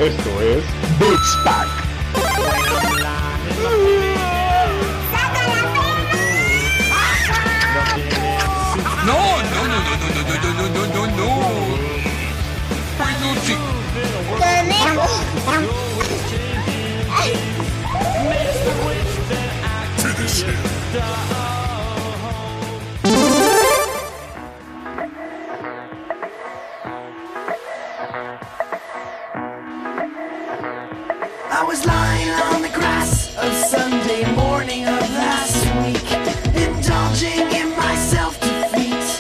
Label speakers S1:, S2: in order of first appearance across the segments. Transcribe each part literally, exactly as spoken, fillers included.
S1: Esto es Beats Pack.
S2: No, no, no, no, no, no, no, no, no, no, no. Bueno, sí. Finish him.
S3: I was lying on the grass of Sunday morning of last week, indulging in my self-defeat.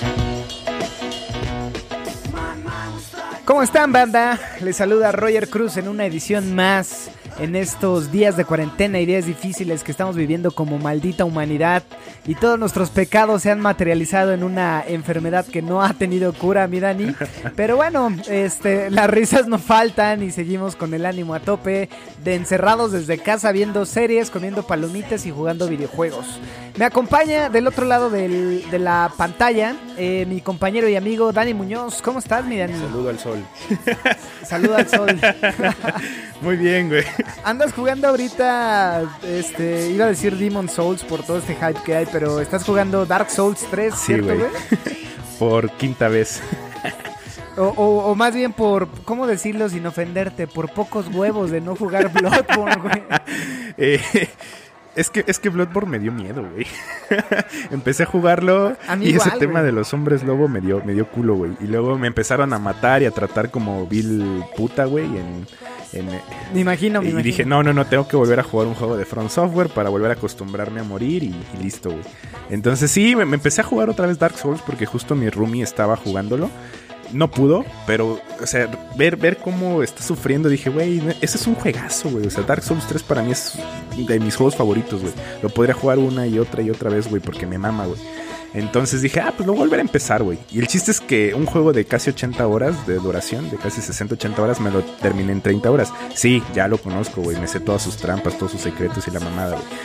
S3: My mind was like...
S4: ¿Cómo están, banda? Les saluda Roger Cruz en una edición más en estos días de cuarentena y días difíciles que estamos viviendo como maldita humanidad, y todos nuestros pecados se han materializado en una enfermedad que no ha tenido cura, mi Dani. Pero bueno, este, las risas no faltan y seguimos con el ánimo a tope, de encerrados desde casa viendo series, comiendo palomitas y jugando videojuegos. Me acompaña del otro lado del, de la pantalla eh, mi compañero y amigo Dani Muñoz. ¿Cómo estás, mi Dani?
S5: Saludo al sol.
S4: Saluda al sol.
S5: Muy bien, güey.
S4: Andas jugando ahorita, este, iba a decir Demon Souls por todo este hype que hay, pero estás jugando Dark Souls tres,
S5: Sí,
S4: ¿cierto,
S5: güey?
S4: güey?
S5: Por quinta vez.
S4: O, o, o más bien por, ¿cómo decirlo sin ofenderte? Por pocos huevos de no jugar Bloodborne, güey.
S5: Eh, es que es que Bloodborne me dio miedo, güey. Empecé a jugarlo
S4: A mí
S5: y
S4: igual,
S5: ese tema
S4: güey.
S5: de los hombres lobo me dio, me dio culo, güey. Y luego me empezaron a matar y a tratar como vil puta, güey, en... En,
S4: Me imagino, me
S5: y
S4: imagino.
S5: dije, no, no, no, tengo que volver a jugar un juego de From Software para volver a acostumbrarme a morir y, y listo, güey. Entonces sí, me, me empecé a jugar otra vez Dark Souls porque justo mi roomie estaba jugándolo. No pudo, pero, o sea, ver, ver cómo está sufriendo, dije, güey, ese es un juegazo, güey. O sea, Dark Souls tres para mí es de mis juegos favoritos, güey. Lo podría jugar una y otra y otra vez, güey, porque me mama, güey. Entonces dije, ah, pues lo voy a volver a empezar, güey. Y el chiste es que un juego de casi ochenta horas de duración, de casi sesenta, ochenta horas, me lo terminé en treinta horas. Sí, ya lo conozco, güey. Me sé todas sus trampas, todos sus secretos y la mamada, güey.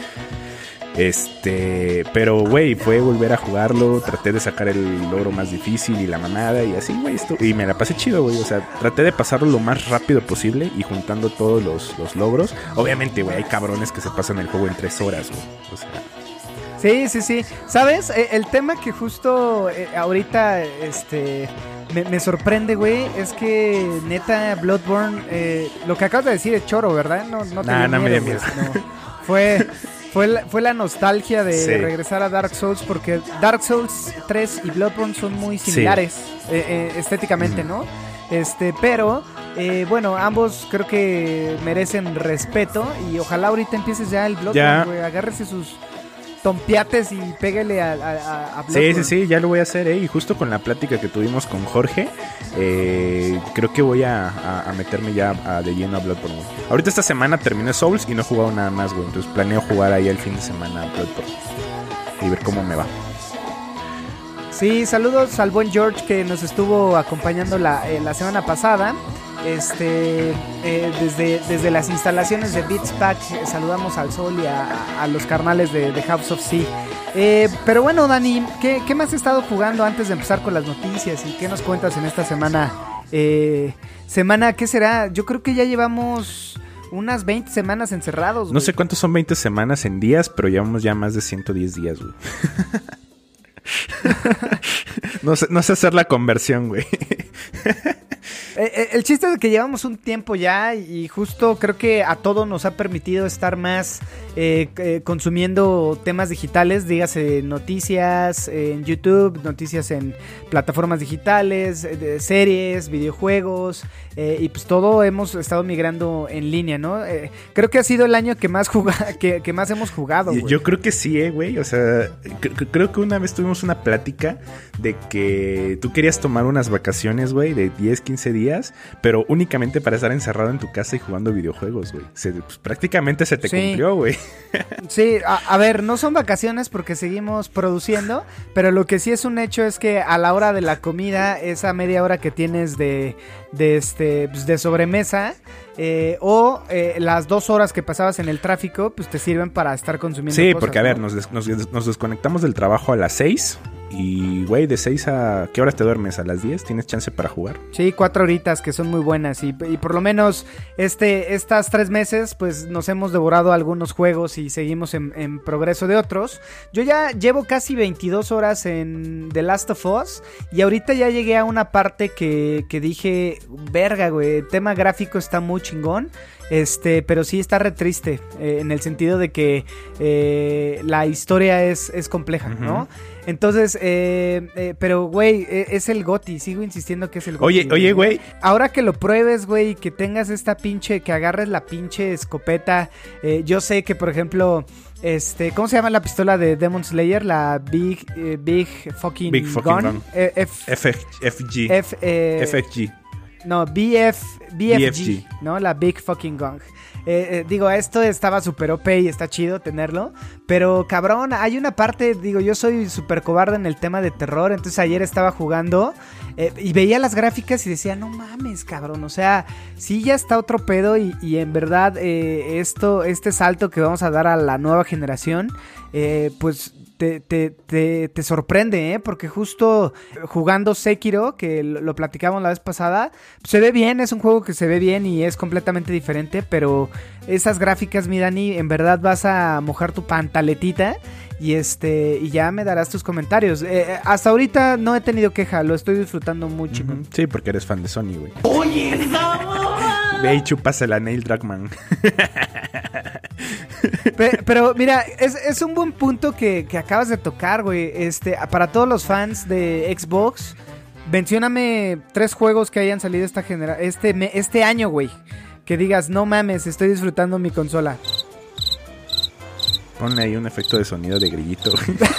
S5: Este, pero, güey, fue volver a jugarlo. Traté de sacar el logro más difícil y la mamada y así, güey. Esto, y me la pasé chido, güey. O sea, traté de pasarlo lo más rápido posible y juntando todos los, los logros. Obviamente, güey, hay cabrones que se pasan el juego en tres horas, güey. O sea...
S4: Sí, sí, sí. ¿Sabes? Eh, el tema que justo eh, ahorita este, me, me sorprende, güey, es que neta Bloodborne, eh, lo que acabas de decir es choro, ¿verdad? No, no te
S5: Nah,
S4: dio
S5: no me
S4: miedo,
S5: dio
S4: güey, no. Fue, fue, la, fue la nostalgia de
S5: Sí.
S4: regresar a Dark Souls, porque Dark Souls tres y Bloodborne son muy similares eh, eh, estéticamente,
S5: Mm.
S4: ¿no? Este, pero... Eh, bueno, ambos creo que merecen respeto y ojalá ahorita empieces ya el
S5: Ya.
S4: Bloodborne, güey, agárrese sus tompiates y pégale a, a, a
S5: Sí,
S4: Bloodborne.
S5: sí, sí, ya lo voy a hacer, ¿eh? Y justo con la plática que tuvimos con Jorge, eh, creo que voy a, a, a meterme ya a, de lleno a Bloodborne, güey. Ahorita esta semana terminé Souls y no he jugado nada más, güey. Entonces planeo jugar ahí el fin de semana a Bloodborne y ver cómo me va.
S4: Sí, saludos al buen George que nos estuvo acompañando la, eh, la semana pasada. Este, eh, desde, desde las instalaciones de Beats Pack, eh, saludamos al Sol y a, a los carnales de, de House of Sea. Eh, pero bueno, Dani, ¿qué, ¿qué más has estado jugando antes de empezar con las noticias? ¿Y qué nos cuentas en esta semana? Eh, semana, ¿qué será? Yo creo que ya llevamos unas veinte semanas encerrados,
S5: No
S4: güey.
S5: sé cuántos son veinte semanas en días, pero llevamos ya más de ciento diez días, güey. no, sé, no sé hacer la conversión, güey.
S4: Eh, eh, el chiste es que llevamos un tiempo ya y justo creo que a todos nos ha permitido estar más eh, eh, consumiendo temas digitales, dígase noticias en YouTube, noticias en plataformas digitales, eh, de series, videojuegos, eh, y pues todo hemos estado migrando en línea, ¿no? Eh, creo que ha sido el año que más juga- que, que más hemos jugado, güey.
S5: Yo creo que sí, eh, güey. O sea, cre- creo que una vez tuvimos una plática de que tú querías tomar unas vacaciones, güey, de diez, quince días, pero únicamente para estar encerrado en tu casa y jugando videojuegos, güey. Se- pues, prácticamente se te
S4: Sí.
S5: cumplió, güey.
S4: Sí, a, a ver, no son vacaciones porque seguimos produciendo, pero lo que sí es un hecho es que a la hora de la comida, esa media hora que tienes de, de, este, pues, de sobremesa, eh, o eh, las dos horas que pasabas en el tráfico, pues te sirven para estar consumiendo
S5: Sí,
S4: cosas,
S5: porque a
S4: ¿no?
S5: ver, nos, des- nos, des- nos desconectamos del trabajo a las seis. y, güey, de seis a... ¿Qué horas te duermes? ¿A las diez? ¿Tienes chance para jugar?
S4: Sí, cuatro horitas que son muy buenas. Y, y por lo menos este, estas tres meses, pues nos hemos devorado algunos juegos y seguimos en, en progreso de otros. Yo ya llevo casi veintidós horas en The Last of Us. Y ahorita ya llegué a una parte que, que dije, verga, güey, el tema gráfico está muy chingón. Este, pero sí está re triste, eh, en el sentido de que eh, la historia es, es compleja, uh-huh. ¿no? Entonces, eh, eh, pero güey, eh, es el GOTY, sigo insistiendo que es el GOTY.
S5: Oye, oye, güey.
S4: Ahora que lo pruebes, güey, que tengas esta pinche, que agarres la pinche escopeta, eh, yo sé que, por ejemplo... Este, ¿cómo se llama la pistola de Demon Slayer? La Big, eh, Big Fucking,
S5: Big fucking
S4: Gun.
S5: gun.
S4: Eh, F,
S5: F, FG.
S4: F, eh,
S5: F G.
S4: No, B F, B F G,
S5: B F G,
S4: ¿no? La Big Fucking Gun. Eh, eh, digo, esto estaba super O P y está chido tenerlo. Pero, cabrón, hay una parte, digo, yo soy súper cobarde en el tema de terror. Entonces ayer estaba jugando eh, y veía las gráficas y decía, no mames, cabrón. O sea, sí ya está otro pedo y, y en verdad eh, esto, este salto que vamos a dar a la nueva generación, eh, pues... Te, te, te, te sorprende, ¿eh? Porque justo jugando Sekiro, que lo, lo platicamos la vez pasada, se ve bien, es un juego que se ve bien y es completamente diferente, pero esas gráficas, mi Dani, en verdad vas a mojar tu pantaletita y este y ya me darás tus comentarios. Eh, hasta ahorita no he tenido queja, lo estoy disfrutando mucho.
S5: Uh-huh. Sí, porque eres fan de Sony, güey. ¡Oye, ve y chúpasela a Neil Druckmann.
S4: Pero, pero mira, es, es un buen punto que, que acabas de tocar, güey. Este, para todos los fans de Xbox, mencióname tres juegos que hayan salido esta genera- este, me- este año, güey. Que digas, no mames, estoy disfrutando mi consola.
S5: Ponle ahí un efecto de sonido de grillito.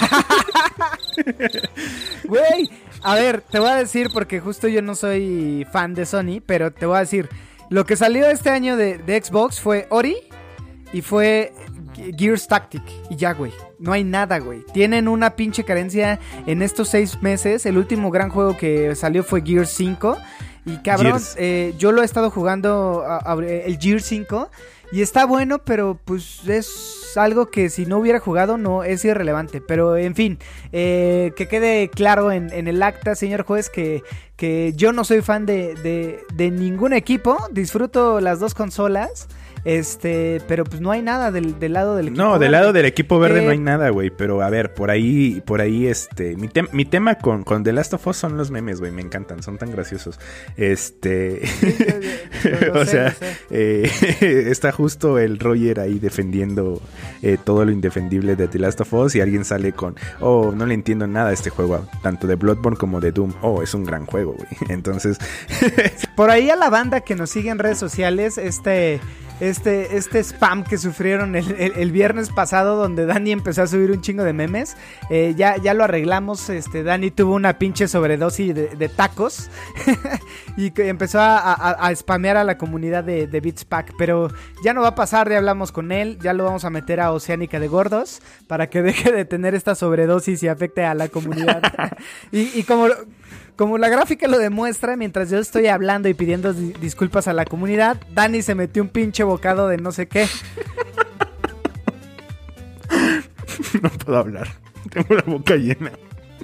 S4: Güey, a ver, te voy a decir, porque justo yo no soy fan de Sony, pero te voy a decir, lo que salió este año de, de Xbox fue Ori y fue Gears Tactic y ya, güey. No hay nada, güey. Tienen una pinche carencia en estos seis meses. El último gran juego que salió fue Gears cinco. Y cabrón, eh, yo lo he estado jugando a, a, el Gears cinco y está bueno, pero pues es algo que si no hubiera jugado no es irrelevante. Pero en fin, eh, que quede claro en, en el acta, señor juez, que, que yo no soy fan de, de, de ningún equipo. Disfruto las dos consolas. Este, pero pues no hay nada del, del lado del equipo
S5: No,
S4: verde.
S5: del lado del equipo verde
S4: eh,
S5: no hay nada, güey. Pero a ver, por ahí, por ahí, este, mi, te- mi tema con, con The Last of Us son los memes, güey. Me encantan, son tan graciosos. Este,
S4: Sí, lo- lo
S5: o
S4: sé,
S5: sea,
S4: lo sé.
S5: eh, está justo el Roger ahí defendiendo eh, todo lo indefendible de The Last of Us y alguien sale con, oh, no le entiendo nada a este juego, tanto de Bloodborne como de Doom. Oh, es un gran juego, güey. Entonces,
S4: Por ahí a la banda que nos sigue en redes sociales, este, este, este spam que sufrieron el, el, el viernes pasado, donde Dani empezó a subir un chingo de memes, eh, ya, ya lo arreglamos. Este, Dani tuvo una pinche sobredosis de, de tacos y que empezó a, a, a spamear a la comunidad de, de Beats Pack, pero ya no va a pasar, ya hablamos con él, ya lo vamos a meter a Oceánica de Gordos para que deje de tener esta sobredosis y afecte a la comunidad. y, y como... Como la gráfica lo demuestra, mientras yo estoy hablando y pidiendo di- disculpas a la comunidad, Dani se metió un pinche bocado de no sé qué.
S5: no puedo hablar. Tengo la boca llena.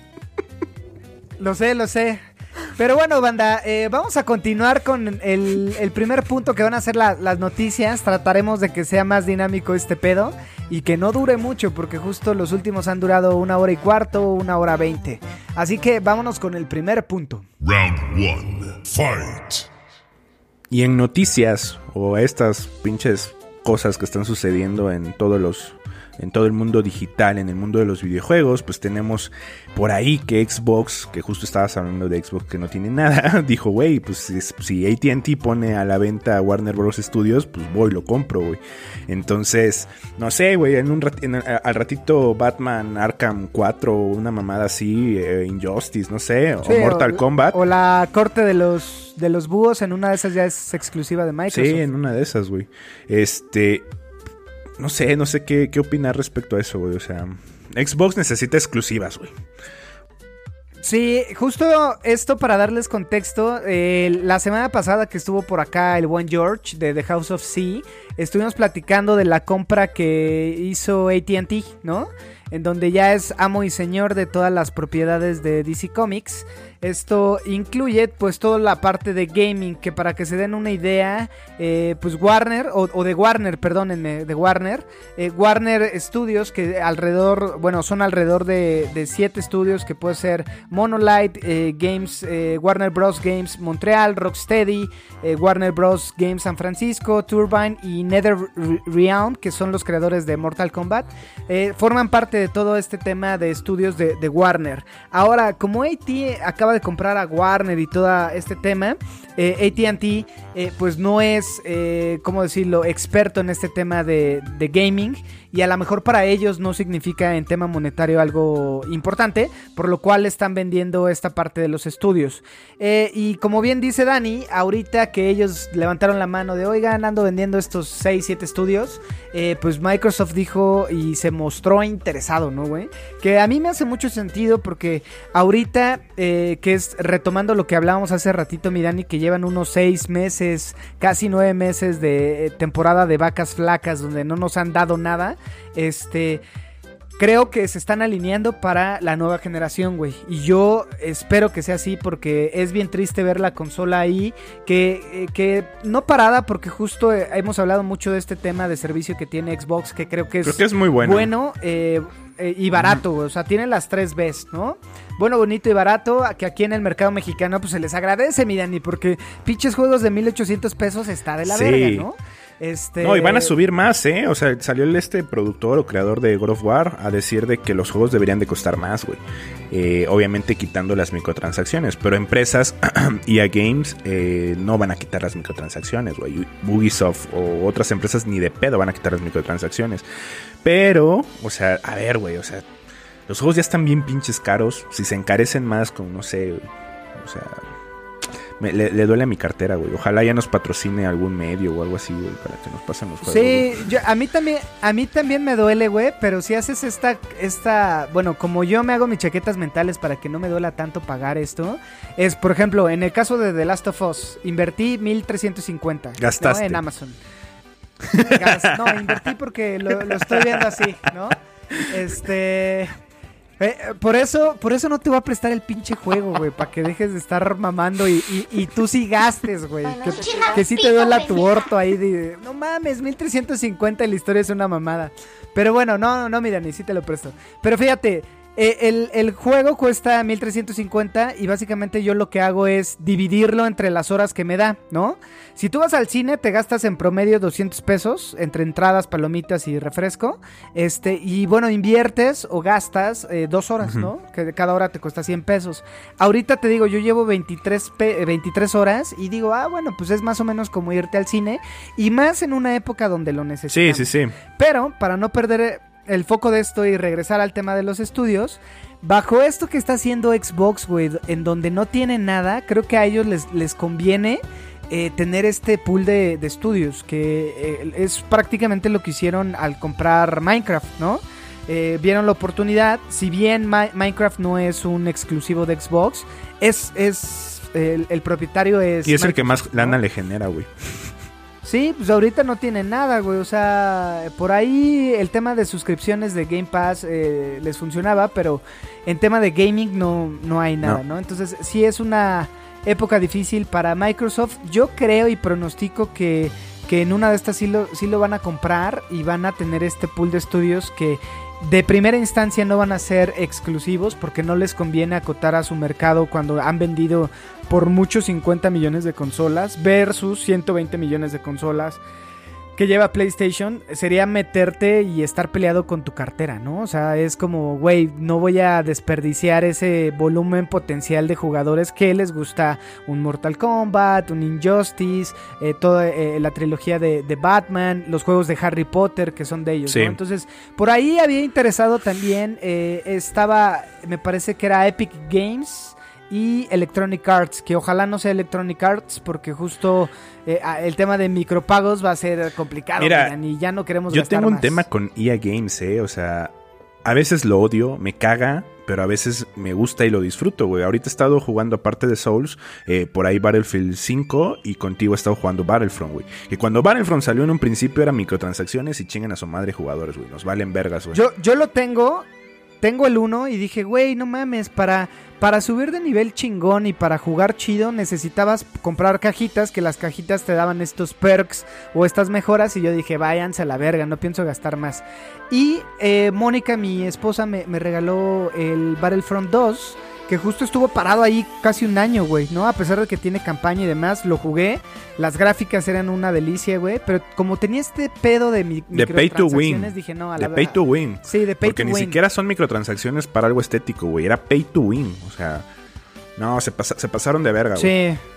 S4: Lo sé, lo sé. Pero bueno, banda, eh, vamos a continuar con el, el primer punto que van a ser la, las noticias. Trataremos de que sea más dinámico este pedo y que no dure mucho, porque justo los últimos han durado una hora y cuarto, una hora veinte. Así que vámonos con el primer punto.
S6: Round one, fight.
S5: Y en noticias o estas pinches cosas que están sucediendo en todos los en todo el mundo digital, en el mundo de los videojuegos, pues tenemos por ahí que Xbox, que justo estabas hablando de Xbox que no tiene nada, dijo, güey, pues si, si A T and T pone a la venta Warner Bros. Studios, pues voy, lo compro, güey. Entonces, no sé, güey, en un rat- en, al ratito Batman Arkham cuatro, una mamada así, eh, Injustice, no sé,
S4: Sí,
S5: o Mortal
S4: o,
S5: Kombat.
S4: O la corte de los, de los búhos, en una de esas ya es exclusiva de Microsoft.
S5: Sí, en una de esas, güey. Este... No sé, no sé qué, qué opinar respecto a eso, güey. O sea, Xbox necesita exclusivas, güey.
S4: Sí, justo esto para darles contexto, eh, la semana pasada que estuvo por acá el buen George de The House of C, estuvimos platicando de la compra que hizo A T and T, ¿no? en donde ya es amo y señor de todas las propiedades de D C Comics. Esto incluye pues toda la parte de gaming, que para que se den una idea, eh, pues Warner, o, o de Warner, perdónenme, de Warner, eh, Warner Studios, que alrededor, bueno, son alrededor de, de siete estudios, que puede ser Monolith eh, Games, eh, Warner Bros. Games Montreal, Rocksteady, eh, Warner Bros. Games San Francisco, Turbine y NetherRealm, que son los creadores de Mortal Kombat, eh, forman parte de todo este tema de estudios de, de Warner. Ahora, como A T and T acaba de comprar a Warner y todo este tema, eh, A T and T eh, pues no es, eh, ¿cómo decirlo?, experto en este tema de, de gaming, y a lo mejor para ellos no significa en tema monetario algo importante, por lo cual están vendiendo esta parte de los estudios. Eh, y como bien dice Dani, ahorita que ellos levantaron la mano de, oigan, ando vendiendo estos seis, siete estudios, eh, pues Microsoft dijo y se mostró interesado, ¿no, güey? Que a mí me hace mucho sentido porque ahorita, eh, que es retomando lo que hablábamos hace ratito, mi Dani, que llevan unos seis meses, casi nueve meses de temporada de vacas flacas donde no nos han dado nada. Este, creo que se están alineando para la nueva generación, güey. Y yo espero que sea así porque es bien triste ver la consola ahí, que, eh, que no parada, porque justo eh, hemos hablado mucho de este tema de servicio que tiene Xbox, que creo que es,
S5: creo que es muy bueno.
S4: Bueno, eh, eh, y barato, güey. O sea, tiene las tres Bs, ¿no? Bueno, bonito y barato, que aquí en el mercado mexicano pues se les agradece, mi Dani, porque pinches juegos de mil ochocientos pesos está de la
S5: sí.
S4: verga, ¿no? Este...
S5: No, y van a subir más, ¿eh? O sea, salió el este productor o creador de God of War a decir de que los juegos deberían de costar más, güey. Eh, obviamente quitando las microtransacciones, pero empresas E A Games eh, no van a quitar las microtransacciones, güey. Ubisoft o otras empresas ni de pedo van a quitar las microtransacciones. Pero, o sea, a ver, güey, o sea, los juegos ya están bien pinches caros. Si se encarecen más con, no sé, o sea... Me, le, le duele a mi cartera, güey. Ojalá ya nos patrocine algún medio o algo así, güey, para que nos pasen los juegos.
S4: Sí, yo, a mí también, a mí también me duele, güey, pero si haces esta, esta, bueno, como yo me hago mis chaquetas mentales para que no me duela tanto pagar esto, es, por ejemplo, en el caso de The Last of Us, invertí mil trescientos cincuenta.
S5: Gastaste.
S4: ¿No? En Amazon. Gast, no, invertí porque lo, lo estoy viendo así, ¿no? Este... Eh, por eso, por eso no te voy a prestar el pinche juego, güey, para que dejes de estar mamando y, y, y tú sí gastes, güey. Que, que sí te duela tu orto ahí de, no mames, mil trescientos cincuenta y la historia es una mamada. Pero bueno, no, no, mira, ni sí te lo presto. Pero fíjate, eh, el, el juego cuesta mil trescientos cincuenta y básicamente yo lo que hago es dividirlo entre las horas que me da, ¿no? Si tú vas al cine te gastas en promedio doscientos pesos entre entradas, palomitas y refresco, este, y bueno, inviertes o gastas eh, dos horas, uh-huh. ¿no? Que cada hora te cuesta cien pesos. Ahorita te digo, yo llevo veintitrés, pe- veintitrés horas y digo, ah, bueno, pues es más o menos como irte al cine y más en una época donde lo necesitamos.
S5: Sí, sí, sí.
S4: Pero para no perder el foco de esto y regresar al tema de los estudios, bajo esto que está haciendo Xbox, güey, en donde no tiene nada, creo que a ellos les, les conviene eh, tener este pool de, de estudios, que eh, es prácticamente lo que hicieron al comprar Minecraft, ¿no? Eh, vieron la oportunidad, si bien Ma- Minecraft no es un exclusivo de Xbox, es, es el, el propietario es...
S5: Y es
S4: Microsoft,
S5: el que más lana,
S4: ¿no?
S5: le genera, güey.
S4: Sí, pues ahorita no tiene nada, güey, o sea, por ahí el tema de suscripciones de Game Pass eh, les funcionaba, pero en tema de gaming no, no hay nada, ¿no? ¿no? Entonces sí es una época difícil para Microsoft. Yo creo y pronostico que, que en una de estas sí lo, sí lo van a comprar y van a tener este pool de estudios que de primera instancia no van a ser exclusivos porque no les conviene acotar a su mercado cuando han vendido por mucho cincuenta millones de consolas versus ciento veinte millones de consolas que lleva PlayStation. Sería meterte y estar peleado con tu cartera, ¿no? O sea, es como, güey, no voy a desperdiciar ese volumen potencial de jugadores que les gusta un Mortal Kombat, un Injustice, eh, toda eh, la trilogía de, de Batman, los juegos de Harry Potter que son de ellos,
S5: sí.
S4: ¿no? Entonces, por ahí había interesado también, eh, estaba, me parece que era Epic Games y Electronic Arts, que ojalá no sea Electronic Arts porque justo eh, el tema de micropagos va a ser complicado.
S5: Mira,
S4: miran, y ya no queremos
S5: yo
S4: gastar
S5: tengo un
S4: más.
S5: tema con E A Games, eh, o sea, a veces lo odio, me caga, pero a veces me gusta y lo disfruto, güey. Ahorita he estado jugando, aparte de Souls, eh, por ahí Battlefield cinco y contigo he estado jugando Battlefront, güey. Y cuando Battlefront salió en un principio eran microtransacciones y chingan a su madre jugadores, güey. Nos valen vergas, güey.
S4: Yo, yo lo tengo tengo el uno y dije, güey, no mames, para, para subir de nivel chingón y para jugar chido necesitabas comprar cajitas, que las cajitas te daban estos perks o estas mejoras, y yo dije, váyanse a la verga, no pienso gastar más. Y eh, Mónica, mi esposa, me, me regaló el Battlefront dos, que justo estuvo parado ahí casi un año, güey, ¿no? A pesar de que tiene campaña y demás, lo jugué. Las gráficas eran una delicia, güey. Pero como tenía este pedo de mi
S5: De pay to win.
S4: Dije, no, a
S5: de
S4: la
S5: pay to win.
S4: Sí, de pay
S5: Porque
S4: to
S5: ni
S4: win.
S5: siquiera son microtransacciones para algo estético, güey. Era pay to win. O sea, no, se, pasa, se pasaron de verga, güey.
S4: Sí.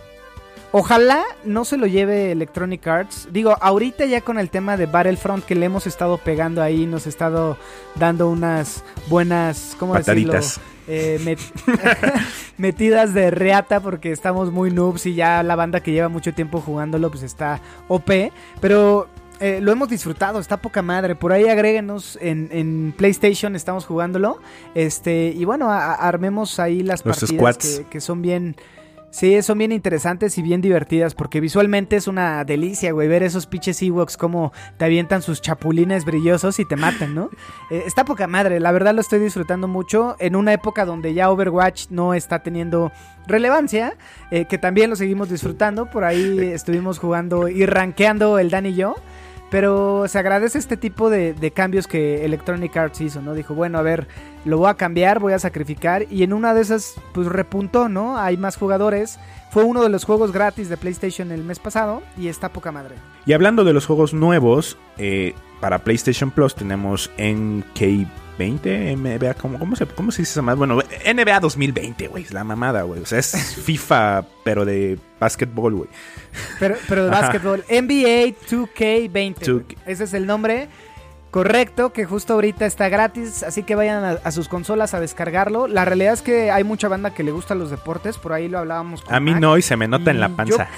S4: Ojalá no se lo lleve Electronic Arts. Digo, ahorita ya con el tema de Battlefront que le hemos estado pegando ahí, nos ha estado dando unas buenas, ¿cómo
S5: Pataditas.
S4: decirlo? Eh, met- metidas de reata porque estamos muy noobs y ya la banda que lleva mucho tiempo jugándolo pues está O P, pero eh, lo hemos disfrutado, está poca madre. Por ahí agréguenos en, en PlayStation, estamos jugándolo, este y bueno, a- a- armemos ahí las
S5: Los
S4: partidas
S5: squads.
S4: que, que son bien... Sí, son bien interesantes y bien divertidas porque visualmente es una delicia, güey, ver esos pinches Ewoks como te avientan sus chapulines brillosos y te matan, ¿no? Eh, está poca madre, la verdad lo estoy disfrutando mucho en una época donde ya Overwatch no está teniendo relevancia, eh, que también lo seguimos disfrutando, por ahí estuvimos jugando y rankeando el Dan y yo. Pero se agradece este tipo de, de cambios que Electronic Arts hizo, ¿no? Dijo, bueno, a ver, lo voy a cambiar, voy a sacrificar. Y en una de esas, pues repuntó, ¿no? Hay más jugadores. Fue uno de los juegos gratis de PlayStation el mes pasado y está poca madre.
S5: Y hablando de los juegos nuevos, eh, para PlayStation Plus tenemos N K veinte, N B A, ¿cómo, cómo, se, ¿cómo se dice esa madre? Bueno, N B A dos mil veinte, güey, es la mamada, güey. O sea, es FIFA, pero de básquetbol, güey.
S4: Pero, pero de básquetbol. N B A dos K veinte.
S5: two K.
S4: Ese es el nombre correcto, que justo ahorita está gratis. Así que vayan a, a sus consolas a descargarlo. La realidad es que hay mucha banda que le gustan los deportes. Por ahí lo hablábamos con
S5: A mí
S4: Mac.
S5: no, y se me nota
S4: Y
S5: en la panza.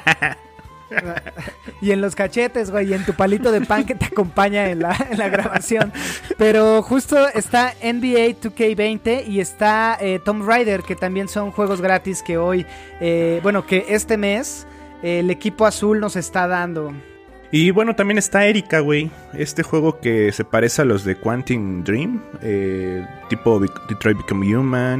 S4: Y en los cachetes, güey, y en tu palito de pan que te acompaña en la, en la grabación. Pero justo está N B A dos K veinte y está eh, Tomb Raider, que también son juegos gratis que hoy, eh, bueno, que este mes eh, el equipo azul nos está dando.
S5: Y bueno, también está Erika, güey. Este juego que se parece a los de Quantum Dream. Eh, tipo Be- Detroit Become Human.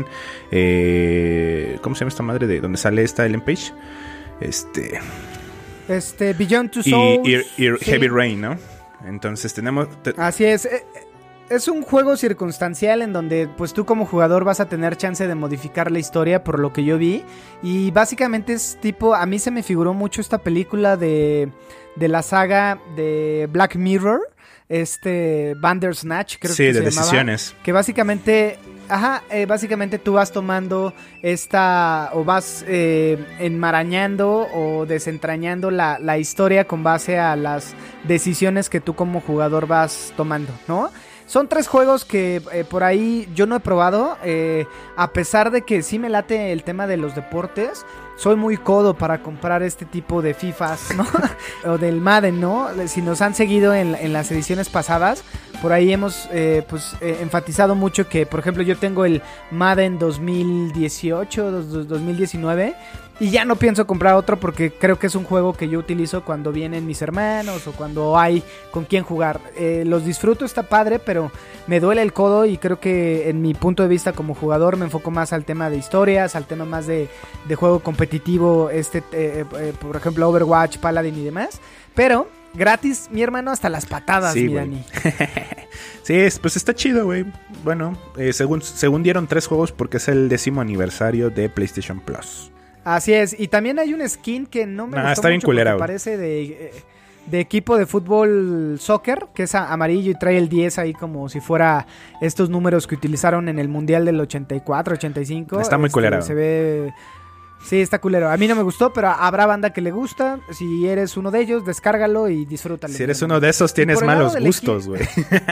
S5: Eh, ¿Cómo se llama esta madre de donde sale esta Ellen Page? Este...
S4: Este, Beyond Two
S5: Y,
S4: Souls.
S5: y- y
S4: sí.
S5: Heavy Rain, ¿no? Entonces tenemos... te-
S4: Así es. eh, Es un juego circunstancial en donde pues tú como jugador vas a tener chance de modificar la historia por lo que yo vi. Y básicamente es tipo, a mí se me figuró mucho esta película de, de la saga de Black Mirror. Este Bandersnatch, creo
S5: sí,
S4: que
S5: de
S4: se llamaba.
S5: decisiones.
S4: Que básicamente, ajá, eh, básicamente tú vas tomando esta, o vas eh, enmarañando o desentrañando la, la historia con base a las decisiones que tú como jugador vas tomando, ¿no? Son tres juegos que eh, por ahí yo no he probado, eh, a pesar de que sí me late el tema de los deportes. Soy muy codo para comprar este tipo de FIFAs, ¿no? O del Madden, ¿no? Si nos han seguido en, en las ediciones pasadas, por ahí hemos eh, pues eh, enfatizado mucho que, por ejemplo, yo tengo el Madden dos mil dieciocho, dos mil diecinueve y ya no pienso comprar otro porque creo que es un juego que yo utilizo cuando vienen mis hermanos o cuando hay con quién jugar. Eh, los disfruto, está padre, pero me duele el codo y creo que en mi punto de vista como jugador me enfoco más al tema de historias, al tema más de, de juego competitivo, este eh, eh, por ejemplo Overwatch, Paladin y demás, pero gratis, mi hermano, hasta las patadas,
S5: Sí,
S4: mi
S5: güey.
S4: Dani.
S5: Sí, es- pues está chido, güey. Bueno, eh, según, según dieron tres juegos porque es el décimo aniversario de PlayStation Plus.
S4: Así es, y también hay un skin que no me
S5: Nah,
S4: gustó
S5: está bien
S4: mucho
S5: culera,
S4: porque
S5: güey.
S4: parece de, eh, de equipo de fútbol soccer, que es a- amarillo y trae el diez ahí como si fuera estos números que utilizaron en el Mundial del ochenta y cuatro, ochenta y cinco.
S5: Está muy
S4: Este,
S5: culera,
S4: Se
S5: güey.
S4: ve... Sí, está culero. A mí no me gustó, pero habrá banda que le gusta. Si eres uno de ellos, descárgalo y disfrútalo.
S5: Si eres uno de esos, tienes
S4: por el lado
S5: malos
S4: del
S5: gustos, güey.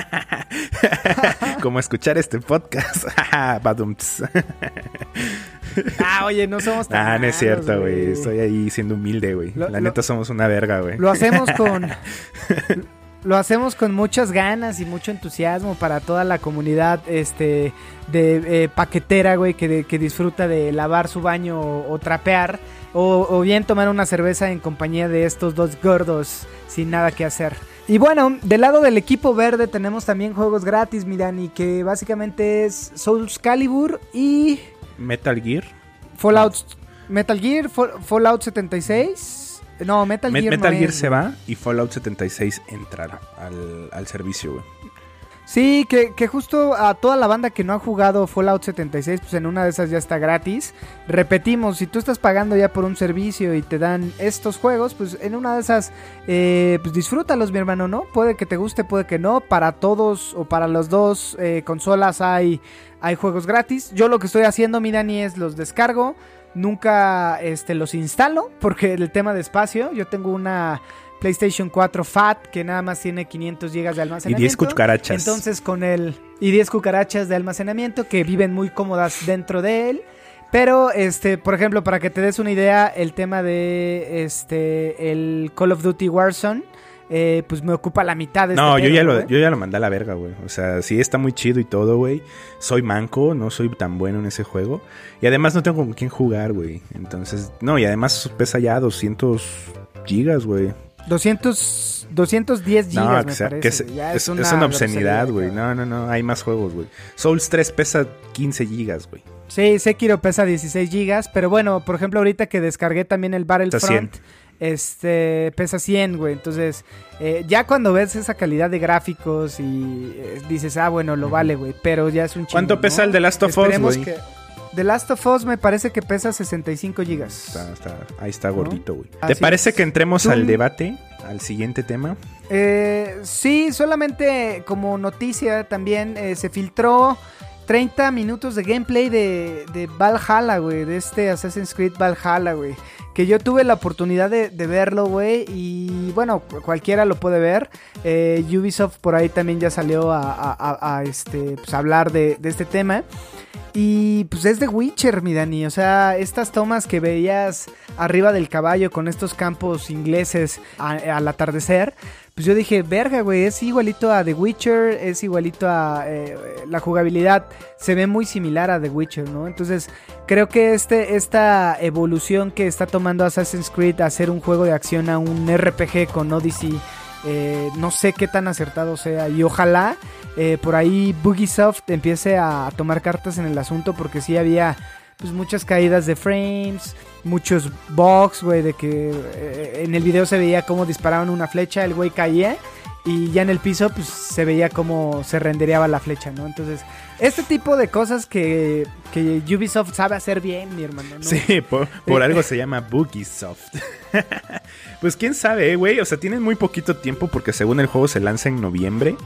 S5: Como escuchar este podcast. Badumts.
S4: Ah, oye, no somos tan
S5: Ah, no es
S4: malos,
S5: cierto, güey. Estoy ahí siendo humilde, güey.
S4: Lo-
S5: La
S4: lo-
S5: neta somos una verga, güey.
S4: Lo hacemos con... Lo hacemos con muchas ganas y mucho entusiasmo para toda la comunidad este de eh, paquetera, güey, que, de- que disfruta de lavar su baño o, o trapear, o, o bien tomar una cerveza en compañía de estos dos gordos sin nada que hacer. Y bueno, del lado del equipo verde tenemos también juegos gratis, mi Dani, que básicamente es Soul Calibur y
S5: Metal Gear.
S4: Fallout, Metal Gear, Fall- Fallout setenta y seis. No, Metal
S5: Me-
S4: Gear
S5: Metal
S4: no
S5: Gear
S4: es,
S5: se
S4: güey.
S5: va y Fallout setenta y seis entrará al, al servicio, güey.
S4: Sí, que, que justo a toda la banda que no ha jugado Fallout setenta y seis, pues en una de esas ya está gratis. Repetimos, si tú estás pagando ya por un servicio y te dan estos juegos, pues en una de esas, eh, pues disfrútalos, mi hermano, ¿no? Puede que te guste, puede que no. Para todos o para las dos eh, consolas hay, hay juegos gratis. Yo lo que estoy haciendo, mi Dani, es los descargo. Nunca este, los instalo porque el tema de espacio, yo tengo una PlayStation cuatro Fat que nada más tiene quinientos gigas de
S5: Y
S4: almacenamiento.
S5: diez cucarachas.
S4: Entonces con el... Y diez cucarachas de almacenamiento que viven muy cómodas dentro de él. Pero, este, por ejemplo, para que te des una idea, el tema de este el Call of Duty Warzone, eh, pues me ocupa la mitad de
S5: No,
S4: este
S5: yo, ya
S4: pedo,
S5: lo,
S4: güey.
S5: yo ya lo mandé a la verga, güey. O sea, sí está muy chido y todo, güey. Soy manco, no soy tan bueno en ese juego. Y además no tengo con quién jugar, güey. Entonces, no, y además pesa ya doscientos gigas, güey.
S4: doscientos, doscientos diez gigas,
S5: No,
S4: me
S5: que, sea-
S4: parece.
S5: que es,
S4: güey. Ya
S5: es, es una obscenidad, güey.
S4: grosería,
S5: No, no, no, hay más juegos, güey. Souls tres pesa quince gigas, güey.
S4: Sí, Sekiro pesa dieciséis gigas, pero bueno, por ejemplo, ahorita que descargué también el Battlefront, este, pesa cien, güey. Entonces, eh, ya cuando ves esa calidad de gráficos y eh, dices, ah, bueno, lo vale, güey, pero ya es un chingo,
S5: ¿Cuánto pesa
S4: ¿no?
S5: el The Last of Us,
S4: Esperemos
S5: güey?
S4: que... The Last of Us me parece que pesa sesenta y cinco gigas.
S5: Está, está, ahí está gordito, güey.
S4: Así
S5: ¿Te parece
S4: es.
S5: que entremos
S4: Tú-
S5: al debate, al siguiente tema?
S4: Eh, sí, solamente como noticia también eh, se filtró treinta minutos de gameplay de, de Valhalla, güey, de este Assassin's Creed Valhalla, güey. Que yo tuve la oportunidad de, de verlo, güey, y bueno, cu- cualquiera lo puede ver. Eh, Ubisoft por ahí también ya salió a, a- a- a, este, pues, a hablar de, de este tema. Y pues es de Witcher, mi Dani. O sea, estas tomas que veías arriba del caballo con estos campos ingleses a- al atardecer. Pues yo dije, verga, güey, es igualito a The Witcher, es igualito a... Eh, la jugabilidad se ve muy similar a The Witcher, ¿no? Entonces, creo que este, esta evolución que está tomando Assassin's Creed a hacer un juego de acción a un R P G con Odyssey, eh, no sé qué tan acertado sea. Y ojalá eh, por ahí Bugisoft empiece a tomar cartas en el asunto, porque sí había pues muchas caídas de frames, muchos bugs, güey, de que eh, en el video se veía cómo disparaban una flecha, el güey caía y ya en el piso pues se veía cómo se rendereaba la flecha, ¿no? Entonces, este tipo de cosas que, que Ubisoft sabe hacer bien, mi hermano, ¿no?
S5: Sí, por, por algo se llama Bugisoft. Pues quién sabe, eh, güey. O sea, tienen muy poquito tiempo porque según el juego se lanza en noviembre.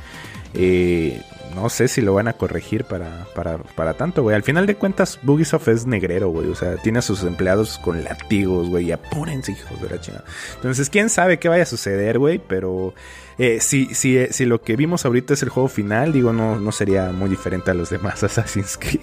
S5: Eh, no sé si lo van a corregir para, para, para tanto, güey. Al final de cuentas, Bugisoft es negrero, güey. O sea, tiene a sus empleados con latigos, güey. Y apúrense, hijos de la chingada. Entonces, quién sabe qué vaya a suceder, güey. Pero eh, si, si, eh, si lo que vimos ahorita es el juego final, digo, no, no sería muy diferente a los demás Assassin's Creed.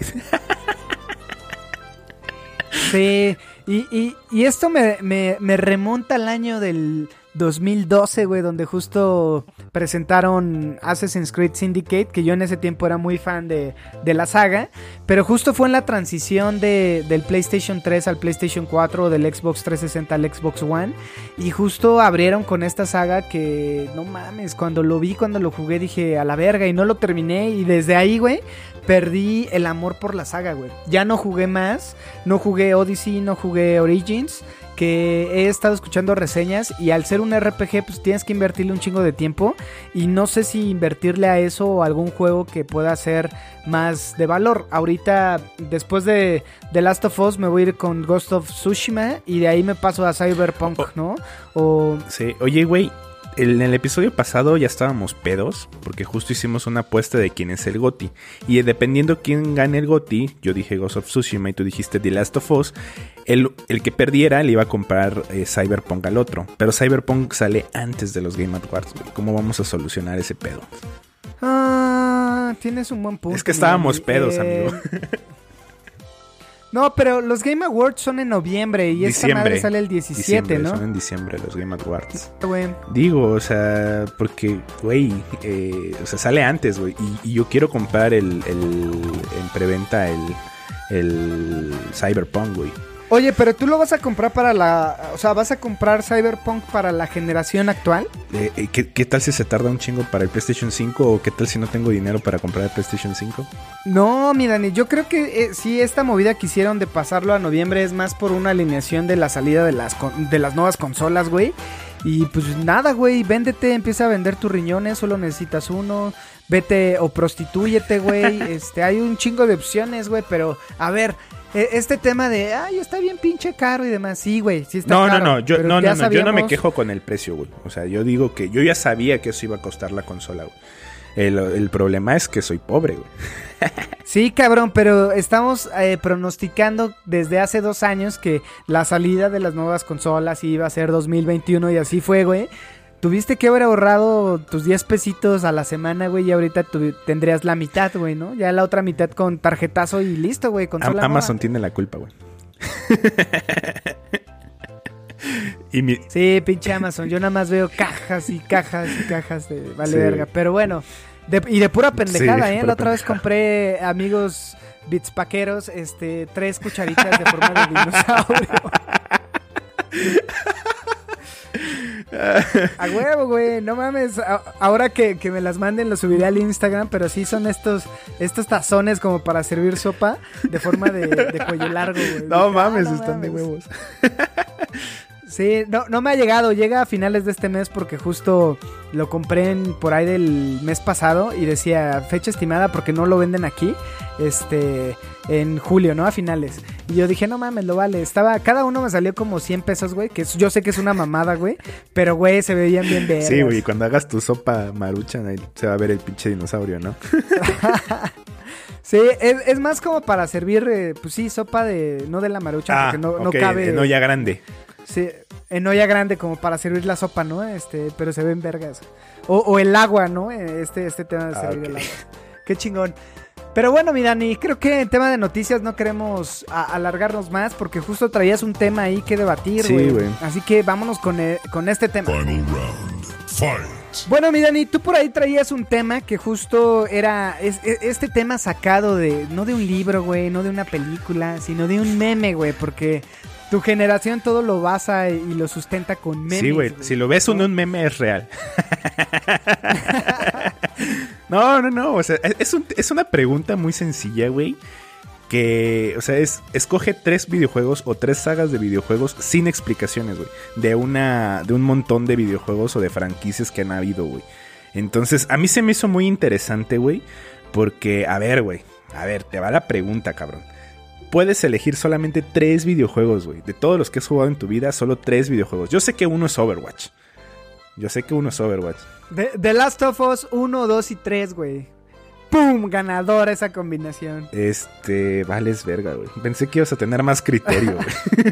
S4: Sí, y, y, y esto me, me, me remonta al año del dos mil doce, güey, donde justo presentaron Assassin's Creed Syndicate, que yo en ese tiempo era muy fan de, de la saga, pero justo fue en la transición de, del PlayStation tres al PlayStation cuatro, del Xbox trescientos sesenta al Xbox One, y justo abrieron con esta saga que, no mames, cuando lo vi, cuando lo jugué, dije, a la verga, y no lo terminé, y desde ahí, güey, perdí el amor por la saga, güey. Ya no jugué más, no jugué Odyssey, no jugué Origins, que he estado escuchando reseñas y al ser un R P G pues tienes que invertirle un chingo de tiempo y no sé si invertirle a eso o a algún juego que pueda ser más de valor. Ahorita después de The Last of Us me voy a ir con Ghost of Tsushima y de ahí me paso a Cyberpunk, ¿no? O...
S5: Sí, oye, güey, en el episodio pasado ya estábamos pedos porque justo hicimos una apuesta de quién es el GOTY y dependiendo quién gane el GOTY, yo dije Ghost of Tsushima y tú dijiste The Last of Us, el, el que perdiera le iba a comprar eh, Cyberpunk al otro, pero Cyberpunk sale antes de los Game Awards, güey. ¿Cómo vamos a solucionar ese pedo?
S4: Ah, tienes un buen punto.
S5: Es que estábamos
S4: Miguel.
S5: pedos,
S4: Eh,
S5: amigo.
S4: No, pero los Game Awards son en noviembre y esta
S5: Diciembre.
S4: madre sale el diecisiete,
S5: Diciembre,
S4: ¿no?
S5: Son en diciembre los Game Awards.
S4: Güey.
S5: Digo, o sea, porque, güey, eh, o sea, sale antes, güey. Y, y yo quiero comprar el, el en preventa el, el Cyberpunk, güey.
S4: Oye, pero tú lo vas a comprar para la... O sea, ¿vas a comprar Cyberpunk para la generación actual?
S5: Eh, eh, ¿qué, ¿Qué tal si se tarda un chingo para el PlayStation cinco? ¿O qué tal si no tengo dinero para comprar el PlayStation cinco?
S4: No, mi Dani, yo creo que eh, sí, esta movida que hicieron de pasarlo a noviembre es más por una alineación de la salida de las, con- de las nuevas consolas, güey. Y pues nada, güey, véndete, empieza a vender tus riñones, solo necesitas uno. Vete o prostitúyete, güey. Este, hay un chingo de opciones, güey, pero a ver... Este tema de, ay, está bien pinche caro y demás. Sí, güey, sí está
S5: No,
S4: caro.
S5: no, no, yo
S4: pero
S5: no,
S4: ya
S5: no, no, yo no me
S4: sabíamos-
S5: quejo con el precio, güey. O sea, yo digo que yo ya sabía que eso iba a costar la consola, güey. El, el problema es que soy pobre, güey.
S4: Sí, cabrón, pero estamos eh, pronosticando desde hace dos años que la salida de las nuevas consolas iba a ser dos mil veintiuno y así fue, güey. Tuviste que haber ahorrado tus diez pesitos a la semana, güey, y ahorita tu- tendrías la mitad, güey, ¿no? Ya la otra mitad con tarjetazo y listo, güey, consola
S5: Am-
S4: nueva.
S5: Amazon tiene la culpa, güey. y mi...
S4: Sí, pinche Amazon, yo nada más veo cajas y cajas y cajas de vale
S5: Sí.
S4: verga, pero bueno, de- y de pura pendejada,
S5: Sí,
S4: ¿eh?
S5: pura
S4: La otra vez
S5: pendejada.
S4: compré, amigos bits paqueros, este, tres cucharitas de forma de dinosaurio. A huevo, güey, no mames. A- ahora que, que me las manden, lo subiré al Instagram. Pero sí son estos estos tazones como para servir sopa de forma de, de cuello largo, güey.
S5: No
S4: Ah,
S5: mames,
S4: no
S5: están de
S4: mames.
S5: huevos.
S4: Sí, no, no me ha llegado. Llega a finales de este mes porque justo lo compré en, por ahí del mes pasado y decía fecha estimada porque no lo venden aquí. Este, en julio, ¿no? A finales. Y yo dije, no mames, lo vale. Estaba, cada uno me salió como cien pesos, güey. Que es- yo sé que es una mamada, güey. Pero, güey, se veían bien vergas.
S5: Sí, güey, cuando hagas tu sopa maruchan, ahí se va a ver el pinche dinosaurio, ¿no?
S4: Sí, es, es más como para servir, eh, pues sí, sopa de, no de la marucha, porque no, no
S5: ok,
S4: cabe.
S5: en olla grande.
S4: Sí, en olla grande como para servir la sopa, ¿no? Este, pero se ven vergas. O, o el agua, ¿no? Este, este tema de
S5: Ah,
S4: servir
S5: ok.
S4: el agua. Qué chingón. Pero bueno, mi Dani, creo que en tema de noticias no queremos a- alargarnos más porque justo traías un tema ahí que debatir,
S5: Sí,
S4: güey.
S5: güey.
S4: Así que vámonos con, eh, con este tema.
S6: Final round. Fight.
S4: Bueno, mi Dani, tú por ahí traías un tema que justo era es- es- este tema sacado de, no de un libro, güey, no de una película, sino de un meme, güey, porque tu generación todo lo basa y lo sustenta con memes.
S5: Sí, güey, si lo ves en un meme es real. No, no, no, o sea, es, un- es una pregunta muy sencilla, güey. Que, o sea, es escoge tres videojuegos o tres sagas de videojuegos sin explicaciones, güey. De una, de un montón de videojuegos o de franquicias que han habido, güey. Entonces, a mí se me hizo muy interesante, güey. Porque, a ver, güey, a ver, te va la pregunta, cabrón. Puedes elegir solamente tres videojuegos, güey. De todos los que has jugado en tu vida, solo tres videojuegos. Yo sé que uno es Overwatch. Yo sé que uno es Overwatch.
S4: The, The Last of Us uno, dos y tres, güey. ¡Pum! Ganador esa combinación.
S5: Este, vales verga, güey. Pensé que ibas a tener más criterio, güey.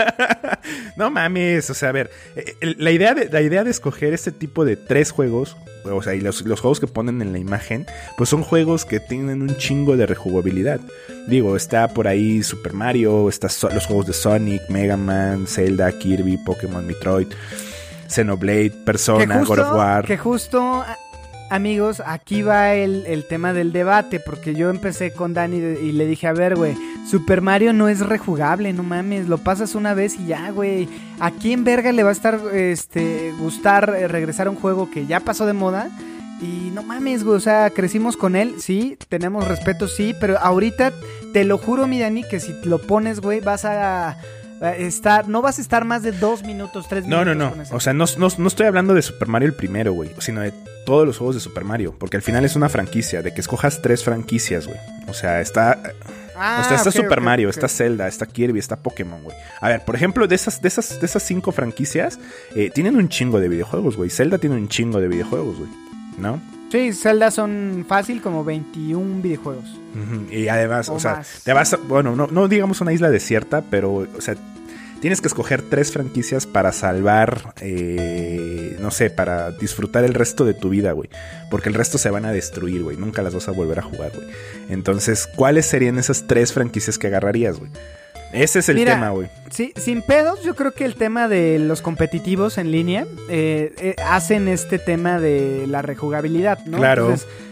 S5: No mames, o sea, a ver, eh, el- la idea de, la idea de escoger este tipo de tres juegos, o sea, y los, los juegos que ponen en la imagen, pues son juegos que tienen un chingo de rejugabilidad. Digo, está por ahí Super Mario, está so- los juegos de Sonic, Mega Man, Zelda, Kirby, Pokémon, Metroid, Xenoblade, Persona, God of War.
S4: que justo, a- amigos, aquí va el, el tema del debate, porque yo empecé con Dani de- y le dije, a ver, güey, Super Mario no es rejugable, no mames, lo pasas una vez y ya, güey. ¿A quién verga le va a estar, este, gustar eh, regresar a un juego que ya pasó de moda? Y no mames, güey, o sea, crecimos con él, sí, tenemos respeto, sí, pero ahorita, te lo juro, mi Dani, que si lo pones, güey, vas a... a estar, no vas a estar más de dos minutos, tres
S5: No,
S4: minutos.
S5: no, no.
S4: con ese.
S5: O sea, no, no, no estoy hablando de Super Mario el primero, güey. Sino de todos los juegos de Super Mario. Porque al final es una franquicia. De que escojas tres franquicias, güey. O sea, está...
S4: Ah,
S5: o sea, está
S4: ok,
S5: Super
S4: ok,
S5: Mario,
S4: ok.
S5: está Zelda, está Kirby, está Pokémon, güey. A ver, por ejemplo, de esas, de esas, de esas cinco franquicias, eh, tienen un chingo de videojuegos, güey. Zelda tiene un chingo de videojuegos, güey. ¿No?
S4: Sí, Zelda son fácil como veintiún videojuegos.
S5: Ujú. Y además,
S4: O
S5: o, sea,
S4: más.
S5: te vas a, bueno, no, no digamos una isla desierta, pero, o sea, tienes que escoger tres franquicias para salvar, eh, no sé, para disfrutar el resto de tu vida, güey. Porque el resto se van a destruir, güey. Nunca las vas a volver a jugar, güey. Entonces, ¿cuáles serían esas tres franquicias que agarrarías, güey? Ese es el
S4: Mira,
S5: tema, güey.
S4: Sí, sin pedos, yo creo que el tema de los competitivos en línea eh, eh, hacen este tema de la rejugabilidad, ¿no?
S5: Claro.
S4: Entonces,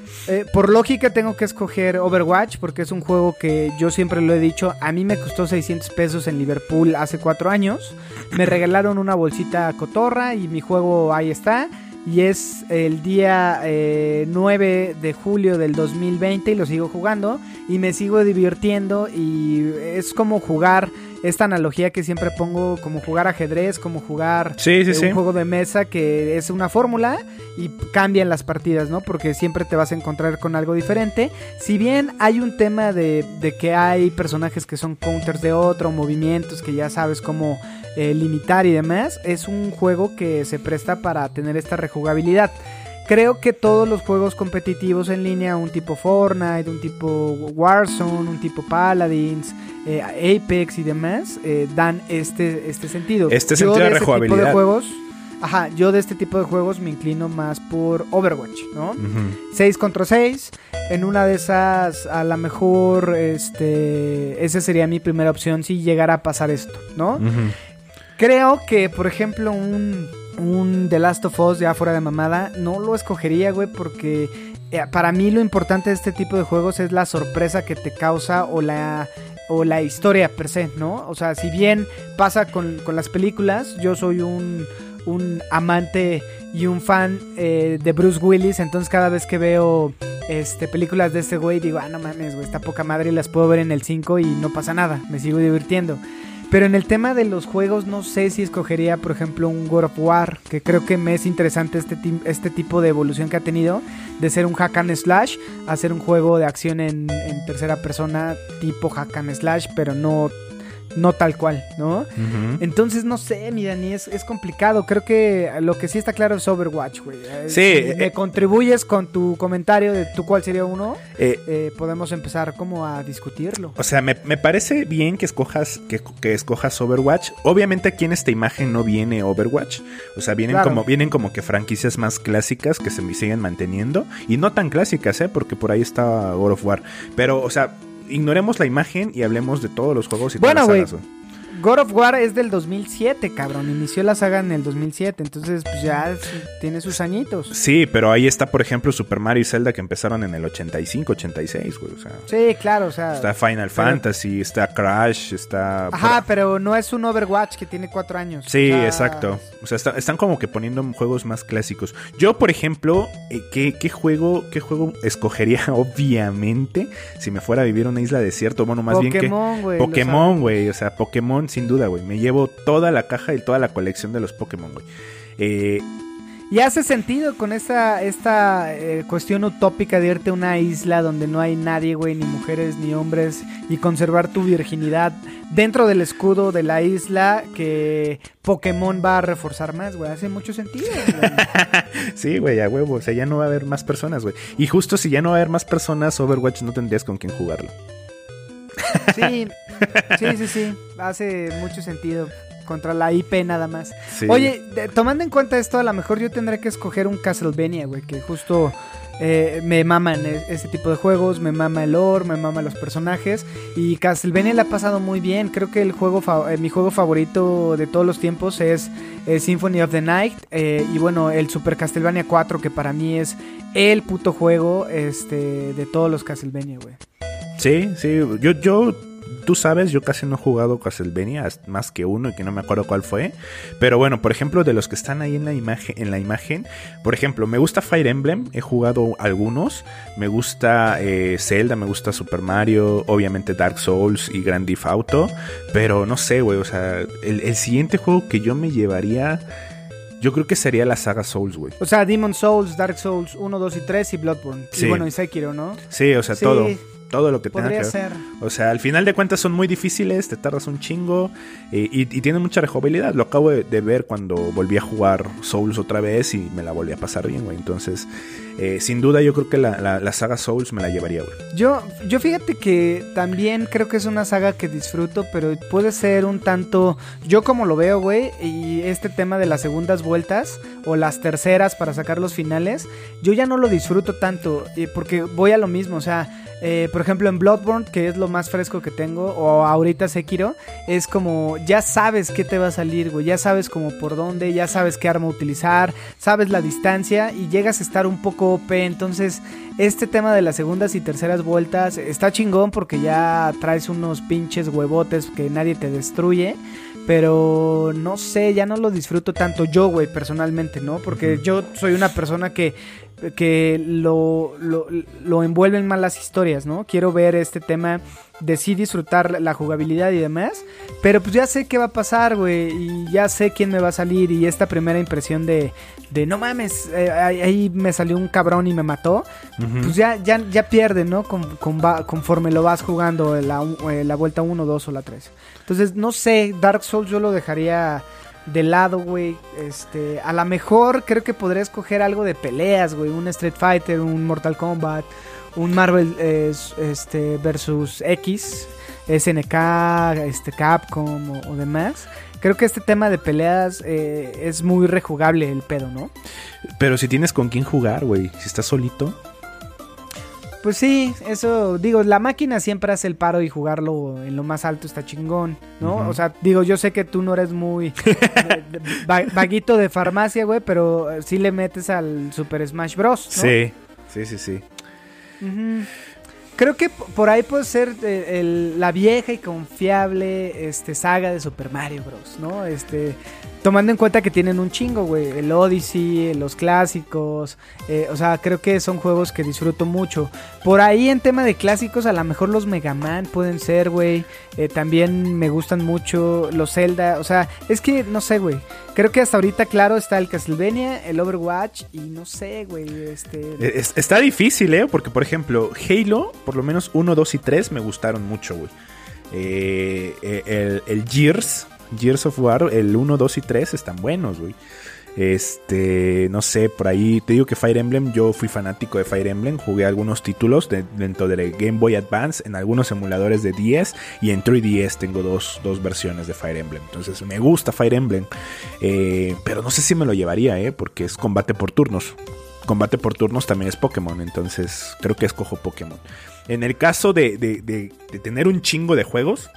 S4: Eh, por lógica tengo que escoger Overwatch porque es un juego que yo siempre lo he dicho, a mí me costó seiscientos pesos en Liverpool hace cuatro años, me regalaron una bolsita cotorra y mi juego ahí está. Y es el día eh, nueve de julio del dos mil veinte y lo sigo jugando y me sigo divirtiendo y es como jugar, esta analogía que siempre pongo, como jugar ajedrez, como jugar
S5: sí, sí,
S4: eh,
S5: sí.
S4: un juego de mesa que es una fórmula y cambian las partidas, ¿no? Porque siempre te vas a encontrar con algo diferente. Si bien hay un tema de, de que hay personajes que son counters de otro, movimientos que ya sabes cómo eh, limitar y demás, es un juego que se presta para tener esta rejugabilidad. Creo que todos los juegos competitivos en línea, un tipo Fortnite, un tipo Warzone, un tipo Paladins, eh, Apex y demás, eh, dan este, este sentido.
S5: Este
S4: yo
S5: sentido de,
S4: de este
S5: rejugabilidad.
S4: Tipo de juegos, ajá, yo de este tipo de juegos me inclino más por Overwatch, ¿no?
S5: Uh-huh.
S4: seis contra seis, en una de esas a lo mejor, este, esa sería mi primera opción si llegara a pasar esto, ¿no?
S5: Uh-huh.
S4: Creo que, por ejemplo, un... un The Last of Us ya fuera de mamada, no lo escogería, güey, porque eh, para mí lo importante de este tipo de juegos es la sorpresa que te causa o la, o la historia per se, ¿no? O sea, si bien pasa con, con las películas, yo soy un, un amante y un fan eh, de Bruce Willis, entonces cada vez que veo este, películas de este güey, digo, ah, no mames, güey, está poca madre y las puedo ver en el cinco y no pasa nada, me sigo divirtiendo. Pero en el tema de los juegos no sé si escogería, por ejemplo, un God of War, que creo que me es interesante este, ti- este tipo de evolución que ha tenido, de ser un hack and slash a ser un juego de acción en, en tercera persona tipo hack and slash, pero no, no tal cual, ¿no?
S5: Uh-huh.
S4: Entonces, no sé, mi Dani, es, es complicado. Creo que lo que sí está claro es Overwatch, güey.
S5: Sí.
S4: Si
S5: eh,
S4: me contribuyes con tu comentario de tú cuál sería uno,
S5: eh,
S4: eh, podemos empezar como a discutirlo.
S5: O sea, me, me parece bien que escojas que, que escojas Overwatch. Obviamente aquí en esta imagen no viene Overwatch. O sea, vienen,
S4: Claro.
S5: como, vienen como que franquicias más clásicas que se me siguen manteniendo. Y no tan clásicas, ¿eh? Porque por ahí está God of War. Pero, o sea, ignoremos la imagen y hablemos de todos los juegos y
S4: Bueno,
S5: todas
S4: güey,
S5: las sagas, güey.
S4: God of War es del dos mil siete, cabrón. Inició la saga en el dos mil siete. Entonces, pues ya es- tiene sus añitos.
S5: Sí, pero ahí está, por ejemplo, Super Mario y Zelda que empezaron en el ochenta y cinco, ochenta y seis, güey. O sea,
S4: Sí, claro, o sea.
S5: está Final
S4: pero-
S5: Fantasy, está Crash, está...
S4: Ajá, pero no es un Overwatch que tiene cuatro años.
S5: Sí,
S4: O sea,
S5: exacto. O sea, está- están como que poniendo juegos más clásicos. Yo, por ejemplo, eh, ¿qué, qué juego qué juego escogería, obviamente, si me fuera a vivir en una isla desierta? Bueno, más bien que...
S4: Pokémon, güey. lo
S5: Pokémon,
S4: sabes.
S5: güey. O sea, Pokémon, sin duda, güey. Me llevo toda la caja y toda la colección de los Pokémon, güey. Eh,
S4: Y hace sentido con esta, esta eh, cuestión utópica de irte a una isla donde no hay nadie, güey, ni mujeres ni hombres, y conservar tu virginidad dentro del escudo de la isla que Pokémon va a reforzar más, güey. Hace mucho sentido, güey.
S5: sí, güey, a huevo. O sea, ya no va a haber más personas, güey. Y justo si ya no va a haber más personas, Overwatch no tendrías con quién jugarlo.
S4: Sí, sí, sí, sí. Hace mucho sentido. Contra la I P nada más.
S5: Sí.
S4: Oye, de- tomando en cuenta esto, a lo mejor yo tendré que escoger un Castlevania, güey, que justo eh, me maman e- ese tipo de juegos, me mama el lore, me mama los personajes, y Castlevania le ha pasado muy bien. Creo que el juego fa- eh, mi juego favorito de todos los tiempos es eh, Symphony of the Night, eh, y bueno, el Super Castlevania cuatro, que para mí es el puto juego este de todos los Castlevania, güey.
S5: Sí, sí. Yo, yo, tú sabes, yo casi no he jugado Castlevania, más que uno y que no me acuerdo cuál fue. Pero bueno, por ejemplo, de los que están ahí en la imagen, en la imagen, por ejemplo, me gusta Fire Emblem, he jugado algunos. Me gusta eh, Zelda, me gusta Super Mario, obviamente Dark Souls y Grand Theft Auto. Pero no sé, güey, o sea, el, el siguiente juego que yo me llevaría, yo creo que sería la saga Souls, güey.
S4: O sea, Demon Souls, Dark Souls uno, dos y tres y Bloodborne.
S5: Sí.
S4: Y bueno, y Sekiro, ¿no?
S5: Sí, o sea,
S4: Sí,
S5: todo. Todo lo que tenga
S4: podría
S5: que ver.
S4: ser.
S5: O sea, al final de cuentas son muy difíciles, te tardas un chingo eh, y, y tienen mucha rejugabilidad. Lo acabo de, de ver cuando volví a jugar Souls otra vez y me la volví a pasar bien, güey. Entonces, eh, sin duda yo creo que la, la, la saga Souls me la llevaría, güey.
S4: Yo, yo fíjate que también creo que es una saga que disfruto, pero puede ser un tanto, yo como lo veo, güey, y este tema de las segundas vueltas o las terceras para sacar los finales, yo ya no lo disfruto tanto, eh, porque voy a lo mismo, o sea, eh, por por ejemplo en Bloodborne, que es lo más fresco que tengo, o ahorita Sekiro, es como ya sabes qué te va a salir, güey, ya sabes como por dónde, ya sabes qué arma utilizar, sabes la distancia y llegas a estar un poco O P. Entonces este tema de las segundas y terceras vueltas está chingón porque ya traes unos pinches huevotes que nadie te destruye. Pero no sé, ya no lo disfruto tanto yo, güey, personalmente, ¿no? Porque yo soy una persona que, que lo, lo, lo envuelven mal las historias, ¿no? Quiero ver este tema de sí disfrutar la jugabilidad y demás. Pero pues ya sé qué va a pasar, güey. Y ya sé quién me va a salir. Y esta primera impresión de, de no mames, eh, ahí me salió un cabrón y me mató. Uh-huh. Pues ya, ya, ya pierde, ¿no? Con, con va, conforme lo vas jugando la, la vuelta uno, dos o la tres. Entonces, no sé, Dark Souls yo lo dejaría de lado, güey. Este, a lo mejor creo que podría escoger algo de peleas, güey. Un Street Fighter, un Mortal Kombat, un Marvel eh, este, versus X, S N K, este, Capcom o, o demás. Creo que este tema de peleas eh, es muy rejugable el pedo, ¿no?
S5: Pero si tienes con quién jugar, güey. Si estás solito...
S4: Pues sí, eso, digo, la máquina siempre hace el paro y jugarlo en lo más alto está chingón, ¿no? Uh-huh. O sea, digo, yo sé que tú no eres muy de, de, va, vaguito de farmacia, güey, pero sí le metes al Super Smash Bros, ¿no?
S5: Sí, sí, sí, sí.
S4: Uh-huh. Creo que por ahí puede ser el, el, la vieja y confiable este, saga de Super Mario Bros, ¿no? Este, tomando en cuenta que tienen un chingo, güey. El Odyssey, los clásicos. Eh, o sea, creo que son juegos que disfruto mucho. Por ahí en tema de clásicos, a lo mejor los Mega Man pueden ser, güey. Eh, también me gustan mucho los Zelda. O sea, es que no sé, güey. Creo que hasta ahorita, claro, está el Castlevania, el Overwatch y no sé, güey. Este...
S5: Es, está difícil, ¿eh? Porque, por ejemplo, Halo, por lo menos uno, dos y tres me gustaron mucho, güey. Eh, el, el Gears... Gears of War, el uno, dos y tres están buenos, güey. Este, no sé, por ahí te digo que Fire Emblem, yo fui fanático de Fire Emblem, jugué algunos títulos de, dentro de Game Boy Advance, en algunos emuladores de D S y en tres D S tengo dos, dos versiones de Fire Emblem. Entonces me gusta Fire Emblem, eh, pero no sé si me lo llevaría, eh, porque es combate por turnos. Combate por turnos también es Pokémon, entonces creo que escojo Pokémon. En el caso de, de, de, de tener un chingo de juegos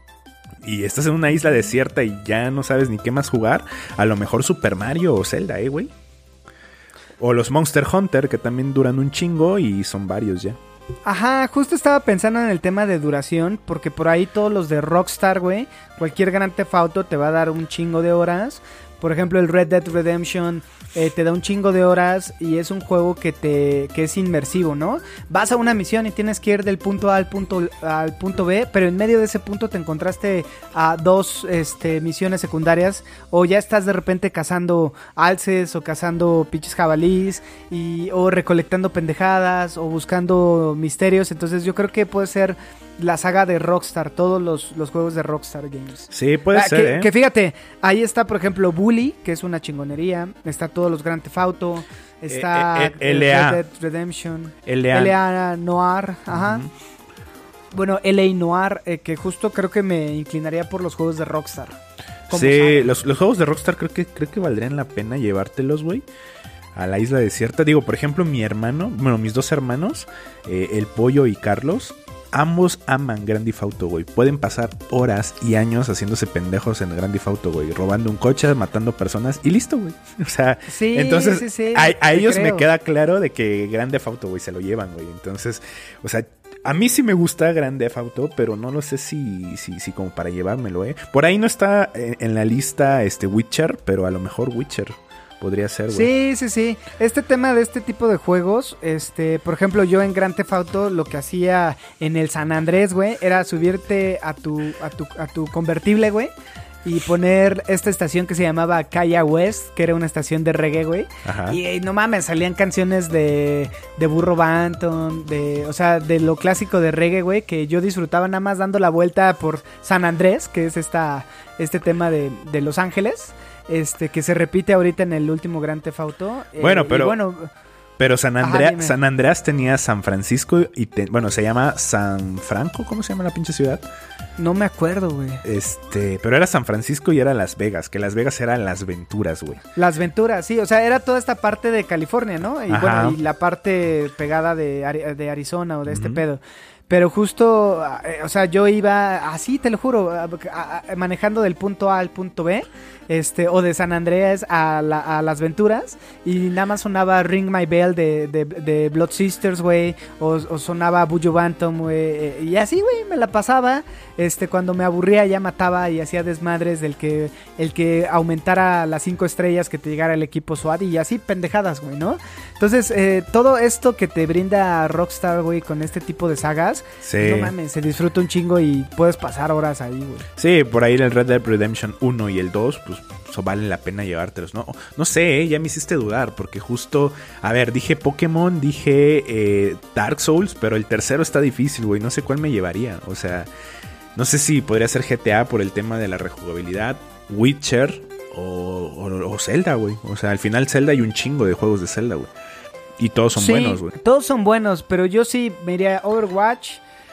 S5: y estás en una isla desierta y ya no sabes ni qué más jugar, a lo mejor Super Mario o Zelda, eh, güey. O los Monster Hunter, que también duran un chingo y son varios ya.
S4: Ajá, justo estaba pensando en el tema de duración, porque por ahí todos los de Rockstar, güey, cualquier Grand Theft Auto te va a dar un chingo de horas. Por ejemplo, el Red Dead Redemption eh, te da un chingo de horas y es un juego que te que es inmersivo, ¿no? Vas a una misión y tienes que ir del punto A al punto, al punto B, pero en medio de ese punto te encontraste a dos este, misiones secundarias o ya estás de repente cazando alces o cazando pinches jabalís y, o recolectando pendejadas o buscando misterios. Entonces yo creo que puede ser la saga de Rockstar, todos los, los juegos de Rockstar Games.
S5: Sí, puede
S4: ah,
S5: ser,
S4: que,
S5: ¿eh?
S4: Que fíjate, ahí está, por ejemplo, Bully, que es una chingonería. Está todos los Grand Theft Auto. Está
S5: eh, eh, L A.
S4: Red Dead Redemption.
S5: L A.
S4: L A Noir, ajá. Uh-huh. Bueno, L A Noir, eh, que justo creo que me inclinaría por los juegos de Rockstar.
S5: Sí, los, los juegos de Rockstar creo que, creo que valdrían la pena llevártelos, güey, a la isla desierta. Digo, por ejemplo, mi hermano, bueno, mis dos hermanos, eh, el Pollo y Carlos, ambos aman Grand Theft Auto, güey. Pueden pasar horas y años haciéndose pendejos en Grand Theft Auto, güey. Robando un coche, matando personas y listo, güey. O sea,
S4: sí,
S5: entonces
S4: sí, sí,
S5: a, a ellos
S4: creo.
S5: me queda claro de que Grand Theft Auto, güey, se lo llevan, güey. Entonces, o sea, a mí sí me gusta Grand Theft Auto, pero no lo sé si, si, si como para llevármelo, eh. Por ahí no está en, en la lista este Witcher, pero a lo mejor Witcher podría ser, güey.
S4: Sí, sí, sí. Este tema de este tipo de juegos, este, por ejemplo, yo en Grand Theft Auto lo que hacía en el San Andrés, güey, era subirte a tu, a tu, a tu convertible, güey, y poner esta estación que se llamaba Kaya West, que era una estación de reggae, güey. Ajá. Y, y no mames, salían canciones de, de Burro Banton, de, o sea, de lo clásico de reggae, güey, que yo disfrutaba nada más dando la vuelta por San Andrés, que es esta, este tema de, de Los Ángeles. Este, que se repite ahorita en el último Grand Theft Auto.
S5: Bueno,
S4: eh,
S5: pero,
S4: bueno,
S5: pero San, Andrea,
S4: ajá,
S5: San Andreas tenía San Francisco y, te, bueno, se llama San Franco, ¿cómo se llama la pinche ciudad?
S4: No me acuerdo, güey.
S5: Este, pero era San Francisco y era Las Vegas, que Las Vegas eran Las Venturas, güey.
S4: Las Venturas, sí, o sea, era toda esta parte de California, ¿no? Y ajá. Bueno, y la parte pegada de, de Arizona o de este uh-huh. pedo. pero justo, eh, o sea, yo iba así, te lo juro, a, a, a, manejando del punto A al punto B, este, o de San Andreas a, la, a Las Venturas, y nada más sonaba Ring My Bell de, de, de Blood Sisters, güey, o, o sonaba Buju Bantam, güey, y así, güey, me la pasaba, este, cuando me aburría ya mataba y hacía desmadres del que, el que aumentara las cinco estrellas, que te llegara el equipo SWAT, y así pendejadas, güey, ¿no? Entonces, eh, todo esto que te brinda Rockstar, güey, con este tipo de sagas,
S5: sí.
S4: No mames, se disfruta un chingo y puedes pasar horas ahí, güey.
S5: Sí, por ahí el Red Dead Redemption uno y el dos, pues eso vale la pena llevártelos, ¿no? No sé, ¿eh? Ya me hiciste dudar, porque justo, a ver, dije Pokémon, dije eh, Dark Souls, pero el tercero está difícil, güey, no sé cuál me llevaría, o sea, no sé si podría ser G T A por el tema de la rejugabilidad, Witcher o, o, o Zelda, güey, o sea, al final Zelda hay un chingo de juegos de Zelda, güey, y todos son
S4: sí,
S5: buenos, güey.
S4: Todos son buenos, pero yo sí me iría Overwatch,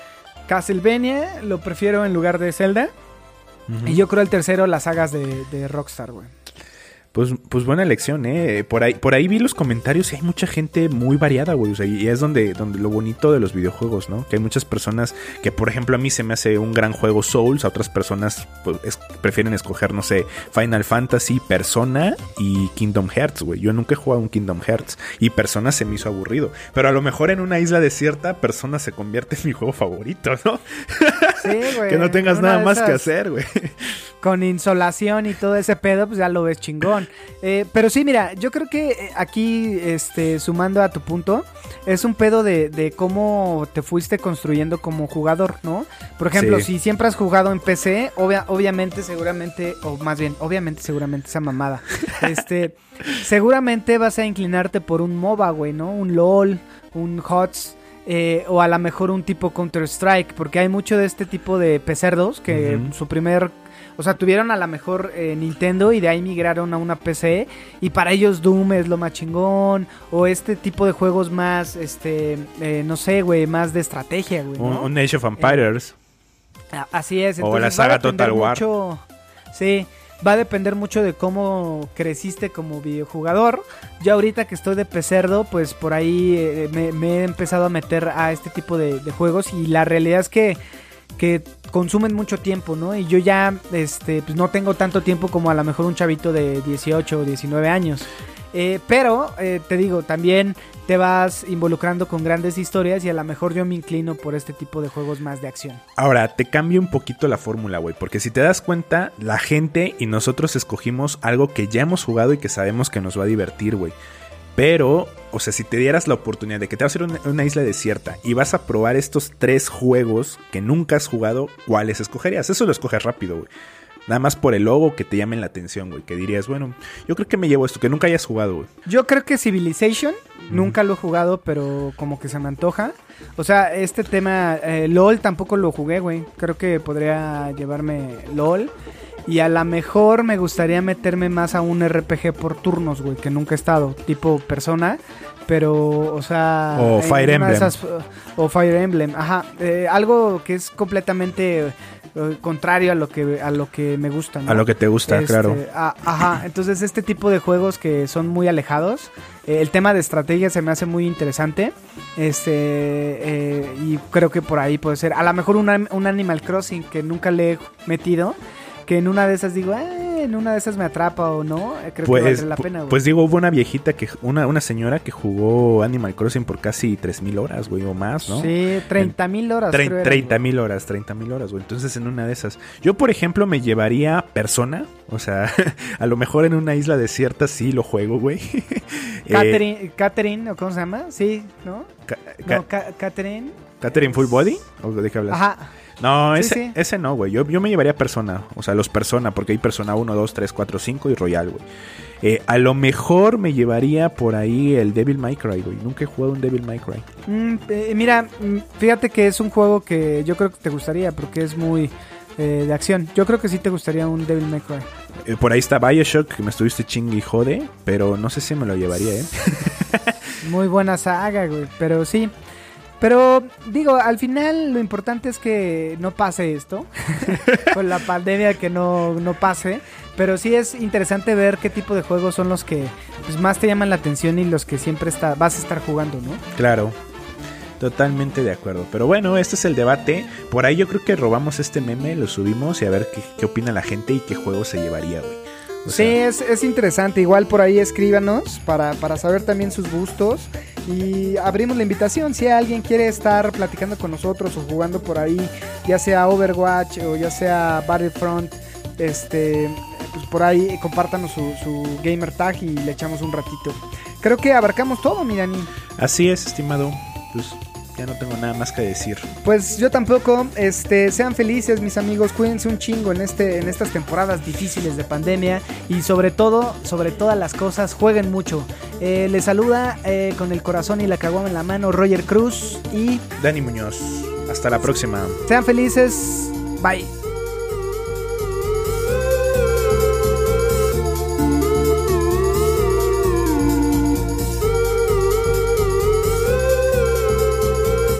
S4: Castlevania, lo prefiero en lugar de Zelda. Uh-huh. Y yo creo el tercero, las sagas de, de Rockstar, güey.
S5: Pues, pues buena elección, ¿eh? Por ahí, por ahí vi los comentarios y hay mucha gente muy variada, güey. O sea, y es donde, donde lo bonito de los videojuegos, ¿no? Que hay muchas personas que, por ejemplo, a mí se me hace un gran juego Souls. A otras personas pues, es, prefieren escoger, no sé, Final Fantasy, Persona y Kingdom Hearts, güey. Yo nunca he jugado un Kingdom Hearts y Persona se me hizo aburrido. Pero a lo mejor en una isla desierta, Persona se convierte en mi juego favorito, ¿no?
S4: Sí, güey.
S5: Que no tengas nada más que hacer, güey.
S4: Con insolación y todo ese pedo, pues ya lo ves chingón. Eh, pero sí, mira, yo creo que aquí, este, sumando a tu punto, es un pedo de, de cómo te fuiste construyendo como jugador, ¿no? Por ejemplo, sí. Si siempre has jugado en P C, obvia, obviamente, seguramente, o más bien, obviamente, seguramente, esa mamada, este, seguramente vas a inclinarte por un MOBA, güey, ¿no? Un LOL, un H O T S. Eh, o a lo mejor un tipo Counter-Strike, porque hay mucho de este tipo de pecerdos que uh-huh. su primer, o sea, tuvieron a lo mejor eh, Nintendo y de ahí migraron a una P C y para ellos Doom es lo más chingón, o este tipo de juegos más, este, eh, no sé, güey, más de estrategia, güey, ¿no?
S5: Un, un Age of Empires.
S4: Eh, así es.
S5: O la saga Total War.
S4: Mucho, sí. Va a depender mucho de cómo creciste como videojugador. Yo ahorita que estoy de pecerdo, pues por ahí eh, me, me he empezado a meter a este tipo de, de juegos. Y la realidad es que, que consumen mucho tiempo, ¿no? Y yo ya este, pues no tengo tanto tiempo como a lo mejor un chavito de dieciocho o diecinueve años. Eh, pero, eh, te digo, también te vas involucrando con grandes historias y a lo mejor yo me inclino por este tipo de juegos más de acción.
S5: Ahora, te cambio un poquito la fórmula, güey, porque si te das cuenta, la gente y nosotros escogimos algo que ya hemos jugado y que sabemos que nos va a divertir, güey. Pero, o sea, si te dieras la oportunidad de que te vas a ir a una, una isla desierta y vas a probar estos tres juegos que nunca has jugado, ¿cuáles escogerías? Eso lo escoges rápido, güey. Nada más por el logo que te llamen la atención, güey. Que dirías, bueno, yo creo que me llevo esto, que nunca hayas jugado, güey.
S4: Yo creo que Civilization, mm. nunca lo he jugado, pero como que se me antoja. O sea, este tema, eh, LOL tampoco lo jugué, güey. Creo que podría llevarme LOL. Y a lo mejor me gustaría meterme más a un R P G por turnos, güey, que nunca he estado. Tipo Persona, pero, o sea...
S5: O Fire Emblem.
S4: Esas, o Fire Emblem, ajá. Eh, algo que es completamente... contrario a lo que a lo que me gusta, ¿no?
S5: A lo que te gusta,
S4: este,
S5: claro.
S4: A, ajá, entonces este tipo de juegos que son muy alejados, eh, el tema de estrategia se me hace muy interesante, este eh, y creo que por ahí puede ser, a lo mejor una, un Animal Crossing que nunca le he metido, que en una de esas digo, eh, en una de esas me atrapa o no, creo
S5: pues,
S4: que vale la pena, güey.
S5: Pues digo, hubo una viejita, que una, una señora que jugó Animal Crossing por casi tres mil horas, güey, o más, ¿no?
S4: Sí, treinta mil horas.
S5: treinta mil horas, treinta mil horas, güey. Entonces en una de esas, yo por ejemplo me llevaría Persona, o sea, a lo mejor en una isla desierta sí lo juego, güey.
S4: Catherine, eh, Catherine, ¿o cómo se llama? Sí, ¿no?
S5: Ca-
S4: no, ca- Catherine.
S5: ¿Catherine Full Body? ¿O de qué hablas?
S4: Ajá.
S5: No,
S4: sí,
S5: ese,
S4: sí.
S5: ese no, güey. Yo, yo me llevaría Persona. O sea, los Persona, porque hay Persona uno, dos, tres, cuatro, cinco y Royal, güey. Eh, a lo mejor me llevaría por ahí el Devil May Cry, güey. Nunca he jugado un Devil May Cry.
S4: Mm, eh, mira, fíjate que es un juego que yo creo que te gustaría, porque es muy eh, de acción. Yo creo que sí te gustaría un Devil May Cry.
S5: Eh, por ahí está Bioshock, que me estuviste chingue y jode, pero no sé si me lo llevaría, ¿eh?
S4: Muy buena saga, güey, pero sí. Pero, digo, al final lo importante es que no pase esto. Con la pandemia que no, no pase. Pero sí es interesante ver qué tipo de juegos son los que pues, más te llaman la atención y los que siempre está, vas a estar jugando, ¿no?
S5: Claro. Totalmente de acuerdo. Pero bueno, este es el debate. Por ahí yo creo que robamos este meme, lo subimos y a ver qué, qué opina la gente y qué juego se llevaría, güey. O
S4: Sí,
S5: sea,
S4: es, es interesante. Igual por ahí escríbanos para, para saber también sus gustos. Y abrimos la invitación. Si alguien quiere estar platicando con nosotros o jugando por ahí, ya sea Overwatch o ya sea Battlefront, este, pues por ahí compártanos su, su gamer tag y le echamos un ratito. Creo que abarcamos todo, mi Dani.
S5: así es, estimado. Pues ya no tengo nada más que decir.
S4: Pues yo tampoco, este, sean felices mis amigos, cuídense un chingo en este, en estas temporadas difíciles de pandemia y sobre todo, sobre todas las cosas, jueguen mucho. Eh, les saluda eh, con el corazón y la caguama en la mano Roger Cruz y
S5: Dani Muñoz, hasta la próxima.
S4: sean felices, bye.